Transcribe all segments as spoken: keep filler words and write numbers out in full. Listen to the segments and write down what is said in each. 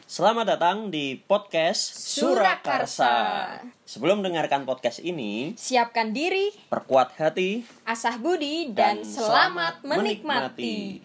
Selamat datang di podcast Surakarsa. Sebelum mendengarkan podcast ini, siapkan diri, perkuat hati, asah budi, dan, dan selamat menikmati.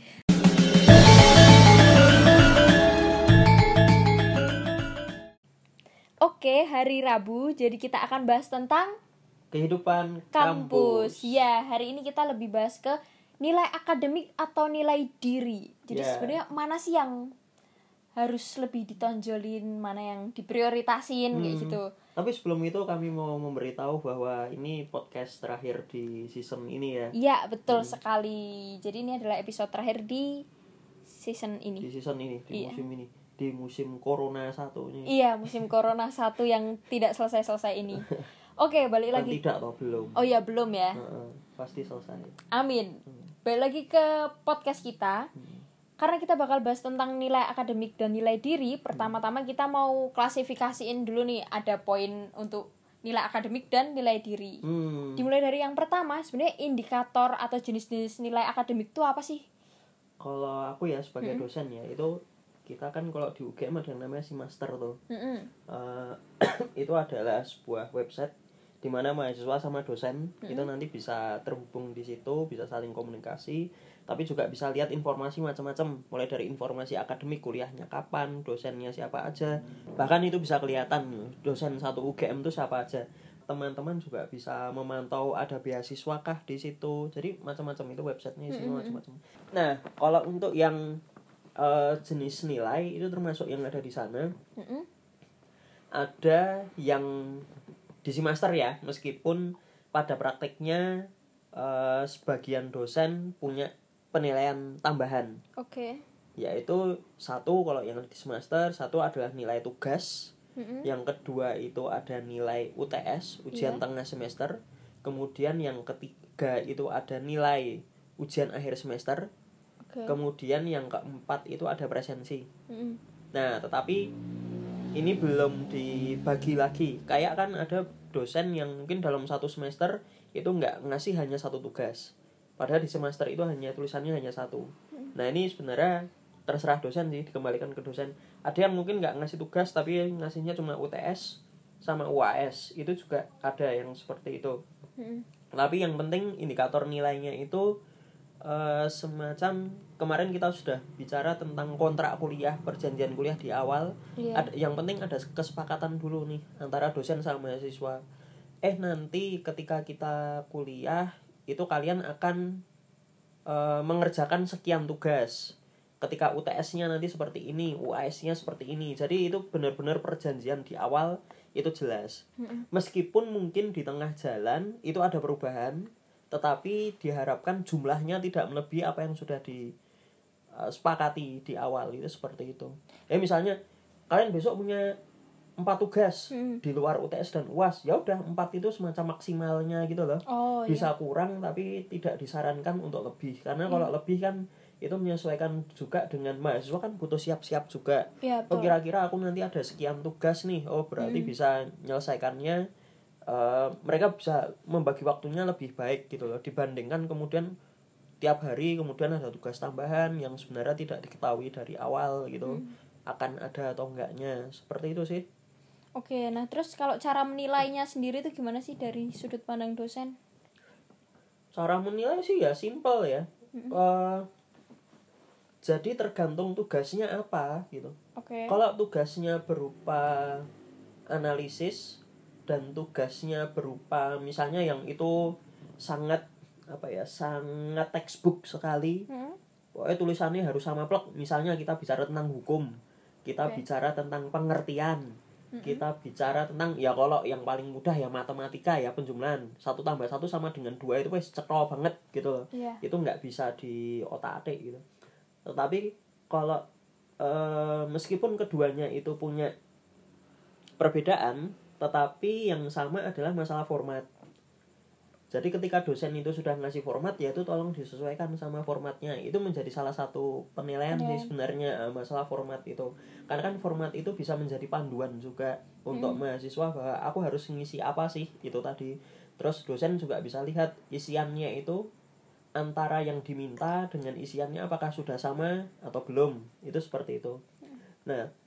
Oke, hari Rabu, jadi kita akan bahas tentang kehidupan kampus. kampus. Ya, hari ini kita lebih bahas ke nilai akademik atau nilai diri. Jadi Ya. sebenarnya mana sih yang harus lebih ditonjolin, mana yang diprioritasin, hmm. kayak gitu. Tapi sebelum itu kami mau memberitahu bahwa ini podcast terakhir di season ini ya. Iya, betul hmm. sekali. Jadi ini adalah episode terakhir di season ini. Di season ini, di iya. musim ini. Di musim Corona satu ini. Iya, musim Corona satu yang tidak selesai-selesai ini. Oke, balik Dan lagi. Tidak atau belum. Oh iya, belum ya. Nah, pasti selesai. Amin. Hmm. Balik lagi ke podcast kita. Hmm. Karena kita bakal bahas tentang nilai akademik dan nilai diri. Pertama-tama kita mau klasifikasiin dulu nih, ada poin untuk nilai akademik dan nilai diri. Hmm. Dimulai dari yang pertama, sebenarnya indikator atau jenis-jenis nilai akademik itu apa sih? Kalau aku ya sebagai hmm. dosen ya, itu kita kan kalau di U G M ada yang namanya Simaster tuh. Hmm. Uh, itu adalah sebuah website di mana mahasiswa sama dosen hmm. itu nanti bisa terhubung di situ, bisa saling komunikasi. Tapi juga bisa lihat informasi macam-macam, mulai dari informasi akademik, kuliahnya kapan, dosennya siapa aja. Bahkan itu bisa kelihatan dosen satu U G M itu siapa aja. Teman-teman juga bisa memantau ada beasiswa kah di situ. Jadi macam-macam itu websitenya isinya mm-hmm. macam-macam. Nah, kalau untuk yang uh, jenis nilai itu termasuk yang ada di sana. Mm-hmm. Ada yang di Simaster ya, meskipun pada prakteknya uh, sebagian dosen punya penilaian tambahan. Oke. Okay. Yaitu satu kalau yang di semester, satu adalah nilai tugas. Mm-hmm. Yang kedua itu ada nilai U T S, ujian yeah. tengah semester. Kemudian yang ketiga itu ada nilai ujian akhir semester. Okay. Kemudian yang keempat itu ada presensi. Mm-hmm. Nah, tetapi ini belum dibagi lagi. Kayak kan ada dosen yang mungkin dalam satu semester itu nggak ngasih hanya satu tugas. Padahal di semester itu hanya tulisannya hanya satu. Nah ini sebenarnya terserah dosen sih, dikembalikan ke dosen. Ada yang mungkin nggak ngasih tugas tapi ngasihnya cuma U T S sama U A S. Itu juga ada yang seperti itu. Hmm. Tapi yang penting indikator nilainya itu uh, semacam kemarin kita sudah bicara tentang kontrak kuliah, perjanjian kuliah di awal. Yeah. Ada, yang penting ada kesepakatan dulu nih antara dosen sama mahasiswa. Eh nanti ketika kita kuliah itu kalian akan e, mengerjakan sekian tugas. Ketika U T S-nya nanti seperti ini, U A S-nya seperti ini. Jadi itu benar-benar perjanjian di awal itu jelas. Mm-hmm. Meskipun mungkin di tengah jalan itu ada perubahan, tetapi diharapkan jumlahnya tidak melebihi apa yang sudah disepakati di awal. Itu seperti itu. Ya misalnya kalian besok punya empat tugas hmm. di luar U T S dan U A S, ya udah empat itu semacam maksimalnya gitu loh. Oh, bisa iya. kurang tapi tidak disarankan untuk lebih karena hmm. kalau lebih kan itu menyesuaikan juga dengan mahasiswa kan butuh siap-siap juga. Ya, oh kira-kira aku nanti ada sekian tugas nih, oh berarti hmm. bisa menyelesaikannya. Uh, mereka bisa membagi waktunya lebih baik gitu loh dibandingkan kemudian tiap hari kemudian ada tugas tambahan yang sebenarnya tidak diketahui dari awal gitu hmm. akan ada atau enggaknya, seperti itu sih. Oke, nah terus kalau cara menilainya sendiri itu gimana sih dari sudut pandang dosen? Cara menilai sih ya simple ya. Mm-hmm. Uh, jadi tergantung tugasnya apa gitu. Oke. Kalau tugasnya berupa analisis dan tugasnya berupa misalnya yang itu sangat apa ya, sangat textbook sekali. Mm-hmm. Pokoknya tulisannya harus sama plek. Misalnya kita bicara tentang hukum, kita okay. bicara tentang pengertian. Mm-hmm. Kita bicara tentang ya kalau yang paling mudah ya matematika ya penjumlahan satu tambah satu sama dengan dua itu wes cekro banget gitu loh. Yeah. Itu nggak bisa di otak-atik gitu. Tetapi kalau e, meskipun keduanya itu punya perbedaan, tetapi yang sama adalah masalah format. Jadi ketika dosen itu sudah ngasih format ya itu tolong disesuaikan sama formatnya. Itu menjadi salah satu penilaian yeah. sih sebenarnya masalah format itu. Karena kan format itu bisa menjadi panduan juga untuk hmm. mahasiswa bahwa aku harus ngisi apa sih itu tadi. Terus dosen juga bisa lihat isiannya itu antara yang diminta dengan isiannya apakah sudah sama atau belum. Itu seperti itu. Nah,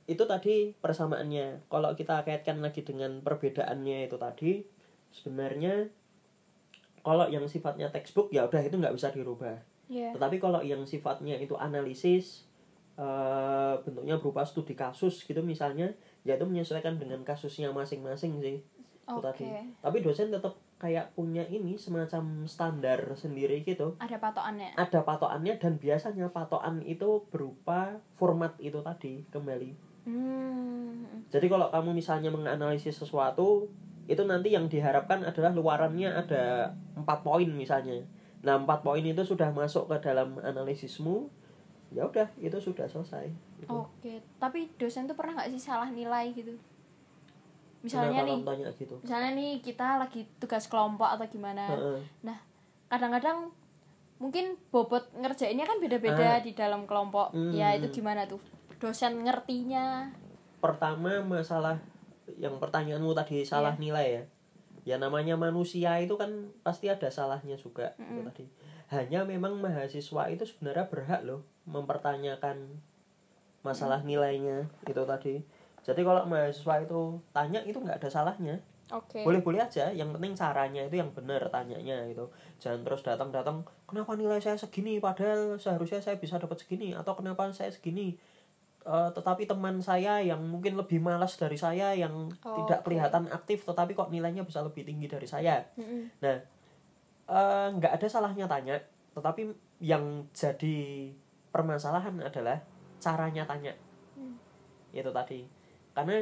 itu tadi persamaannya. Kalau kita kaitkan lagi dengan perbedaannya itu tadi, sebenarnya kalau yang sifatnya textbook ya udah itu nggak bisa dirubah. Yeah. Tetapi kalau yang sifatnya itu analisis, uh, bentuknya berupa studi kasus gitu misalnya, ya itu menyesuaikan dengan kasusnya masing-masing sih. Itu okay. tadi. Tapi dosen tetap kayak punya ini semacam standar sendiri gitu. Ada patokannya. Ada patokannya dan biasanya patokan itu berupa format itu tadi kembali. Hmm. Jadi kalau kamu misalnya menganalisis sesuatu, itu nanti yang diharapkan adalah luarannya ada empat poin misalnya. Nah, empat poin itu sudah masuk ke dalam analisismu, ya udah itu sudah selesai. Gitu. Oke, tapi dosen tuh pernah nggak sih salah nilai gitu? Misalnya nih, gitu? misalnya nih kita lagi tugas kelompok atau gimana. Uh-uh. Nah, kadang-kadang mungkin bobot ngerjainnya kan beda-beda ah. di dalam kelompok. Hmm. Ya itu gimana tuh? Dosen ngertinya. Pertama masalah yang pertanyaanmu tadi salah yeah. nilai ya. Ya namanya manusia itu kan pasti ada salahnya juga. Mm-hmm. Itu tadi. Hanya memang mahasiswa itu sebenarnya berhak loh mempertanyakan masalah mm-hmm. nilainya itu tadi. Jadi kalau mahasiswa itu tanya itu nggak ada salahnya. Okay. Boleh-boleh aja, yang penting caranya itu yang benar tanyanya itu. Jangan terus datang-datang, kenapa nilai saya segini padahal seharusnya saya bisa dapat segini, atau kenapa saya segini. Uh, tetapi teman saya yang mungkin lebih malas dari saya, yang oh, tidak kelihatan okay. aktif tetapi kok nilainya bisa lebih tinggi dari saya. Mm-hmm. Nah, uh, nggak ada salahnya tanya, tetapi yang jadi permasalahan adalah caranya tanya. Mm. Itu tadi. Karena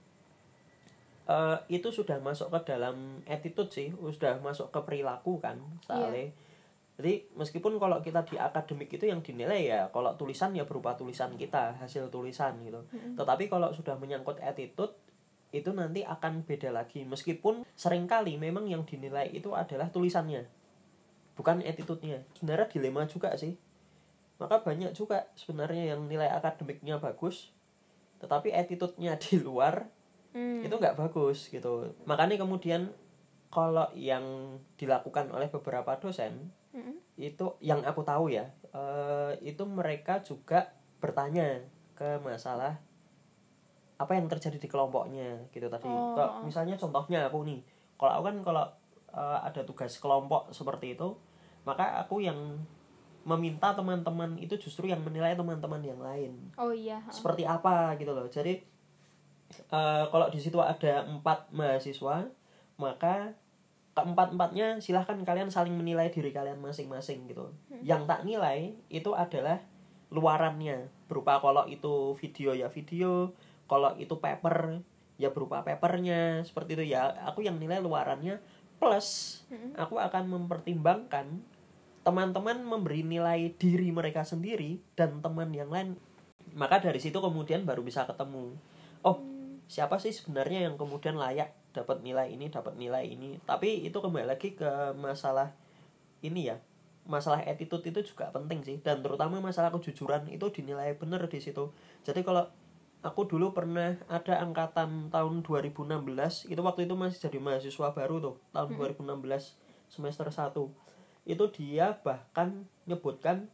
uh, itu sudah masuk ke dalam attitude sih, sudah masuk ke perilaku kan, soalnya. Yeah. Jadi meskipun kalau kita di akademik itu yang dinilai ya kalau tulisan ya berupa tulisan kita, hasil tulisan gitu. Mm-hmm. Tetapi kalau sudah menyangkut attitude itu nanti akan beda lagi. Meskipun seringkali memang yang dinilai itu adalah tulisannya, bukan attitude-nya. Sebenarnya dilema juga sih. Maka banyak juga sebenarnya yang nilai akademiknya bagus, tetapi attitude-nya di luar mm. itu nggak bagus gitu. Makanya kemudian kalau yang dilakukan oleh beberapa dosen mm-hmm. itu yang aku tahu ya, uh, itu mereka juga bertanya ke masalah apa yang terjadi di kelompoknya gitu tadi. Oh. Kalau misalnya contohnya aku nih, kalau aku kan kalau uh, ada tugas kelompok seperti itu, maka aku yang meminta teman-teman itu justru yang menilai teman-teman yang lain. Oh iya. Seperti apa gitu loh. Jadi uh, kalau di situ ada empat mahasiswa, maka keempat-empatnya silahkan kalian saling menilai diri kalian masing-masing gitu. Hmm. Yang tak nilai itu adalah luarannya, berupa kalau itu video ya video, kalau itu paper ya berupa papernya, seperti itu ya. Aku yang nilai luarannya, plus hmm. aku akan mempertimbangkan teman-teman memberi nilai diri mereka sendiri dan teman yang lain. Maka dari situ kemudian baru bisa ketemu. Oh, hmm. siapa sih sebenarnya yang kemudian layak dapat nilai ini, dapat nilai ini. Tapi itu kembali lagi ke masalah ini ya. Masalah attitude itu juga penting sih, dan terutama masalah kejujuran itu dinilai benar di situ. Jadi kalau aku dulu pernah ada angkatan tahun dua ribu enam belas, itu waktu itu masih jadi mahasiswa baru tuh, tahun hmm. dua ribu enam belas semester satu. Itu dia bahkan nyebutkan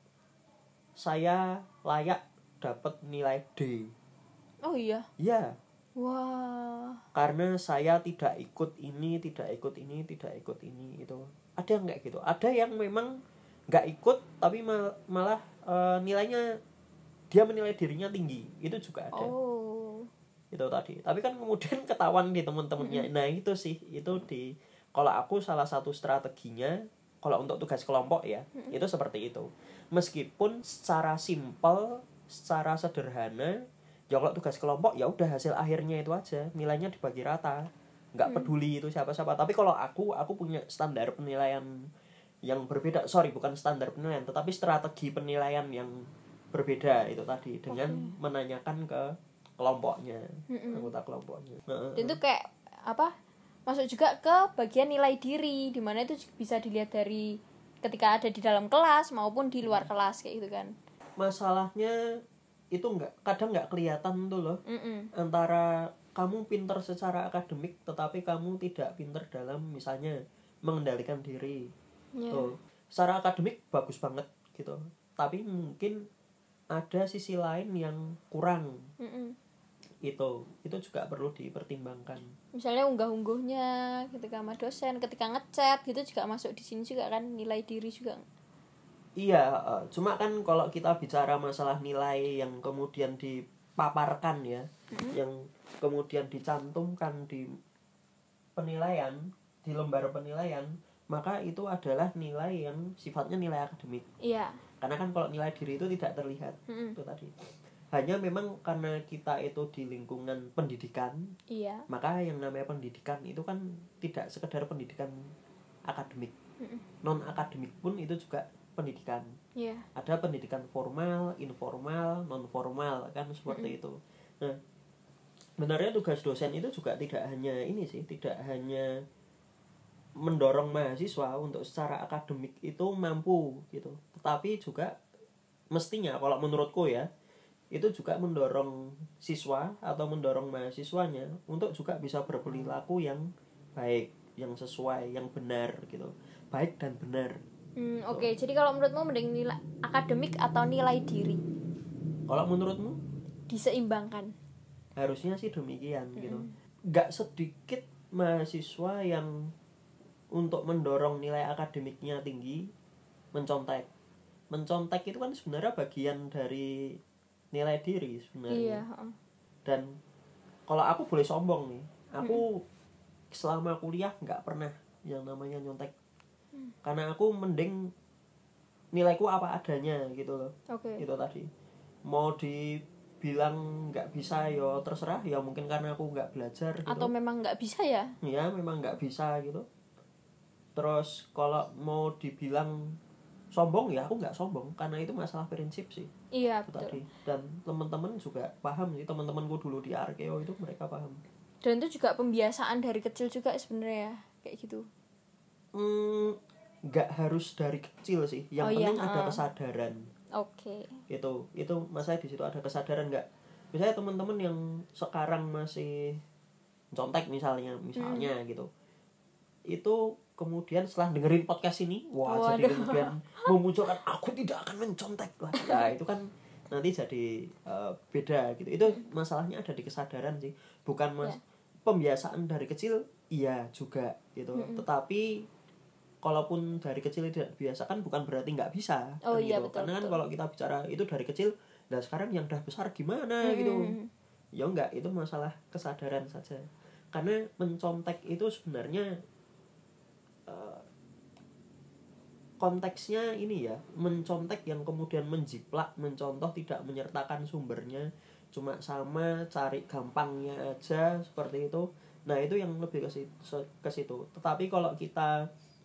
saya layak dapat nilai D. Oh iya. Iya. Wah. Karena saya tidak ikut ini, tidak ikut ini, tidak ikut ini itu. Ada yang kayak gitu. Ada yang memang nggak ikut tapi mal- malah e, nilainya dia menilai dirinya tinggi. Itu juga ada. Oh. Itu tadi. Tapi kan kemudian ketahuan di teman-temannya. Mm-hmm. Nah, itu sih itu di kalau aku salah satu strateginya kalau untuk tugas kelompok ya, mm-hmm. itu seperti itu. Meskipun secara simpel, secara sederhana, ya kalau tugas kelompok ya udah hasil akhirnya itu aja, nilainya dibagi rata, nggak hmm. peduli itu siapa-siapa. Tapi kalau aku aku punya standar penilaian yang berbeda, sorry bukan standar penilaian tetapi strategi penilaian yang berbeda itu tadi dengan okay. menanyakan ke kelompoknya, hmm. anggota kelompoknya. Nah, dan itu kayak apa masuk juga ke bagian nilai diri, dimana itu bisa dilihat dari ketika ada di dalam kelas maupun di luar kelas kayak gitu kan. Masalahnya itu nggak kadang nggak kelihatan tuh loh. Mm-mm. Antara kamu pinter secara akademik tetapi kamu tidak pinter dalam misalnya mengendalikan diri. Yeah. Tuh secara akademik bagus banget gitu, tapi mungkin ada sisi lain yang kurang. Mm-mm. itu itu juga perlu dipertimbangkan. Misalnya unggah-ungguhnya ketika sama dosen, ketika ngechat gitu juga masuk di sini juga kan, nilai diri juga. Iya, uh, cuma kan kalau kita bicara masalah nilai yang kemudian dipaparkan ya, mm-hmm. yang kemudian dicantumkan di penilaian, di lembar penilaian, maka itu adalah nilai yang sifatnya nilai akademik. Iya. Karena kan kalau nilai diri itu tidak terlihat, mm-hmm. itu tadi. Hanya memang karena kita itu di lingkungan pendidikan, iya. Maka yang namanya pendidikan itu kan tidak sekedar pendidikan akademik, mm-hmm. non akademik pun itu juga pendidikan. Yeah. Ada pendidikan formal, informal, non formal kan seperti mm-hmm. itu. Nah, sebenarnya tugas dosen itu juga tidak hanya ini sih, tidak hanya mendorong mahasiswa untuk secara akademik itu mampu gitu, tetapi juga mestinya kalau menurutku ya, itu juga mendorong siswa atau mendorong mahasiswanya untuk juga bisa berperilaku yang baik, yang sesuai, yang benar gitu, baik dan benar. Hmm, Oke, okay. Jadi kalau menurutmu mending nilai akademik atau nilai diri? Kalau menurutmu? Diseimbangkan. Harusnya sih demikian, hmm. gitu. Gak sedikit mahasiswa yang untuk mendorong nilai akademiknya tinggi mencontek. Mencontek itu kan sebenarnya bagian dari nilai diri sebenarnya. Iya. Dan kalau aku boleh sombong nih, aku hmm. selama kuliah nggak pernah yang namanya nyontek. Karena aku mending nilaiku apa adanya gitu loh. Okay. Itu tadi. Mau dibilang nggak bisa ya terserah, ya mungkin karena aku nggak belajar gitu. Atau memang nggak bisa ya? Iya, memang nggak bisa gitu. Terus kalau mau dibilang sombong ya aku nggak sombong, karena itu masalah prinsip sih. Iya, itu betul. Tadi. Dan teman-teman juga paham sih, teman-temanku dulu di Arkeo itu mereka paham. Dan itu juga pembiasaan dari kecil juga sebenarnya kayak gitu. Hmm, nggak harus dari kecil sih, yang oh, penting iya, ada uh. kesadaran. Oke. Okay. Itu itu masalah di situ, ada kesadaran nggak? Misalnya teman-teman yang sekarang masih contek misalnya, misalnya hmm. gitu, itu kemudian setelah dengerin podcast ini, wah oh, jadi aduh. Kemudian memunculkan aku tidak akan mencontek lah. Nah itu kan nanti jadi uh, beda gitu. Itu masalahnya ada di kesadaran sih, bukan mas yeah. Pembiasaan dari kecil iya juga gitu, mm-hmm. tetapi kalaupun dari kecil tidak biasa kan bukan berarti nggak bisa. Oh, kan iya, gitu. Betul, Karena kan betul. kalau kita bicara itu dari kecil, nah sekarang yang udah besar gimana mm-hmm. gitu. Ya enggak, itu masalah kesadaran saja. Karena mencontek itu sebenarnya uh, konteksnya ini ya, mencontek yang kemudian menjiplak, mencontoh tidak menyertakan sumbernya, cuma sama cari gampangnya aja seperti itu. Nah itu yang lebih ke situ, ke situ. Tetapi kalau kita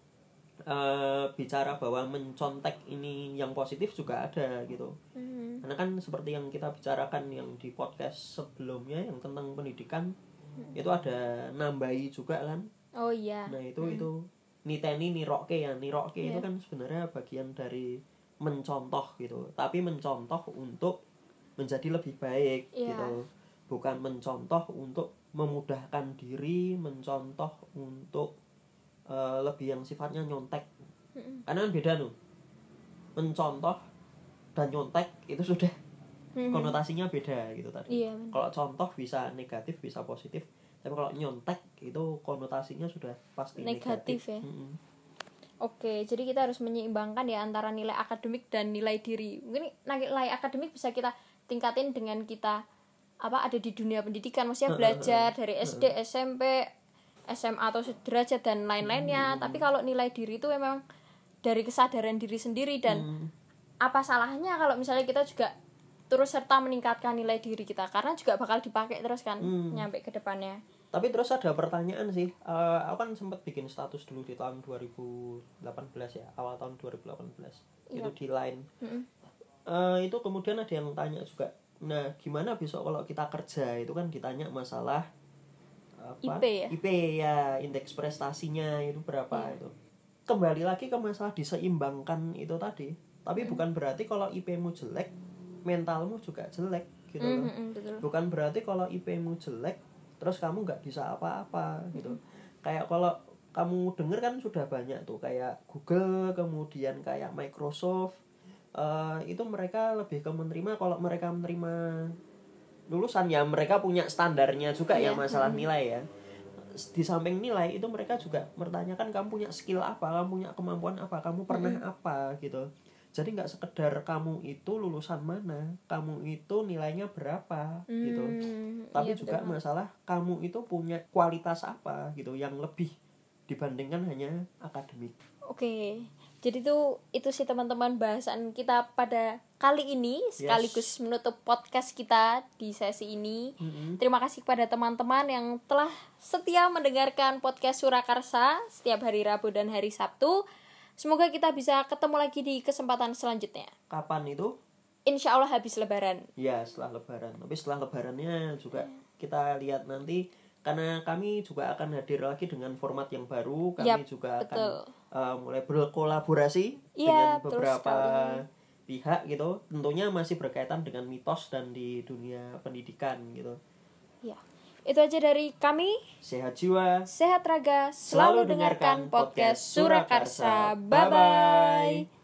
uh, bicara bahwa mencontek ini yang positif juga ada gitu. Mm-hmm. Karena kan seperti yang kita bicarakan yang di podcast sebelumnya yang tentang pendidikan, mm-hmm. itu ada nambahi juga kan. Oh iya. Nah itu mm-hmm. itu niteni niroke ya, niroke yeah. itu kan sebenarnya bagian dari mencontoh gitu. Tapi mencontoh untuk menjadi lebih baik yeah. gitu. Bukan mencontoh untuk memudahkan diri, mencontoh untuk uh, lebih yang sifatnya nyontek. Mm-hmm. Karena kan beda tuh. Mencontoh dan nyontek itu sudah mm-hmm. konotasinya beda gitu tadi. Yeah, kalau contoh bisa negatif, bisa positif. Tapi kalau nyontek itu konotasinya sudah pasti negatif, negatif ya. Mm-hmm. Oke, jadi kita harus menyeimbangkan ya antara nilai akademik dan nilai diri. Mungkin nilai akademik bisa kita tingkatin dengan kita apa ada di dunia pendidikan, maksudnya belajar dari S D, S M P, S M A atau sederajat dan lain-lainnya. Hmm. Tapi kalau nilai diri itu memang dari kesadaran diri sendiri dan hmm. apa salahnya kalau misalnya kita juga terus serta meningkatkan nilai diri kita, karena juga bakal dipakai terus kan hmm. nyampe ke depannya. Tapi terus ada pertanyaan sih, uh, aku kan sempat bikin status dulu di tahun dua ribu delapan belas ya, awal tahun dua ribu delapan belas yep. itu di Line. Mm-hmm. Uh, itu kemudian ada yang tanya juga, nah gimana besok kalau kita kerja, itu kan ditanya masalah apa? I P ya? I P ya, indeks prestasinya itu berapa yeah. itu. Kembali lagi ke masalah diseimbangkan itu tadi. Tapi mm-hmm. bukan berarti kalau I P-mu jelek, mentalmu juga jelek gitu loh. Mm-hmm, betul. Bukan berarti kalau I P-mu jelek, terus kamu nggak bisa apa-apa gitu. Mm-hmm. Kayak kalau kamu denger kan sudah banyak tuh kayak Google, kemudian kayak Microsoft. Uh, itu mereka lebih ke menerima, kalau mereka menerima lulusan ya mereka punya standarnya juga ya Iya. masalah nilai ya. Di samping nilai itu mereka juga bertanyakan kamu punya skill apa, kamu punya kemampuan apa, kamu pernah Mm-mm. apa gitu. Jadi nggak sekedar kamu itu lulusan mana, kamu itu nilainya berapa gitu. Hmm, Tapi iya, juga betul. masalah kamu itu punya kualitas apa gitu yang lebih dibandingkan hanya akademik. Oke, jadi tuh itu sih teman-teman bahasan kita pada kali ini, sekaligus menutup podcast kita di sesi ini. Mm-hmm. Terima kasih kepada teman-teman yang telah setia mendengarkan podcast Surakarsa setiap hari Rabu dan hari Sabtu. Semoga kita bisa ketemu lagi di kesempatan selanjutnya. Kapan itu? Insya Allah habis Lebaran. Ya setelah Lebaran. Tapi setelah Lebarannya juga kita lihat nanti, karena kami juga akan hadir lagi dengan format yang baru. Kami Yap, juga betul. akan uh, mulai berkolaborasi Ya, dengan betul beberapa sekali. pihak gitu. Tentunya masih berkaitan dengan mitos dan di dunia pendidikan gitu. Ya, itu aja dari kami. Sehat jiwa, Sehat raga. selalu Selalu dengarkan dengarkan podcast podcast Surakarsa. Surakarsa. Bye bye.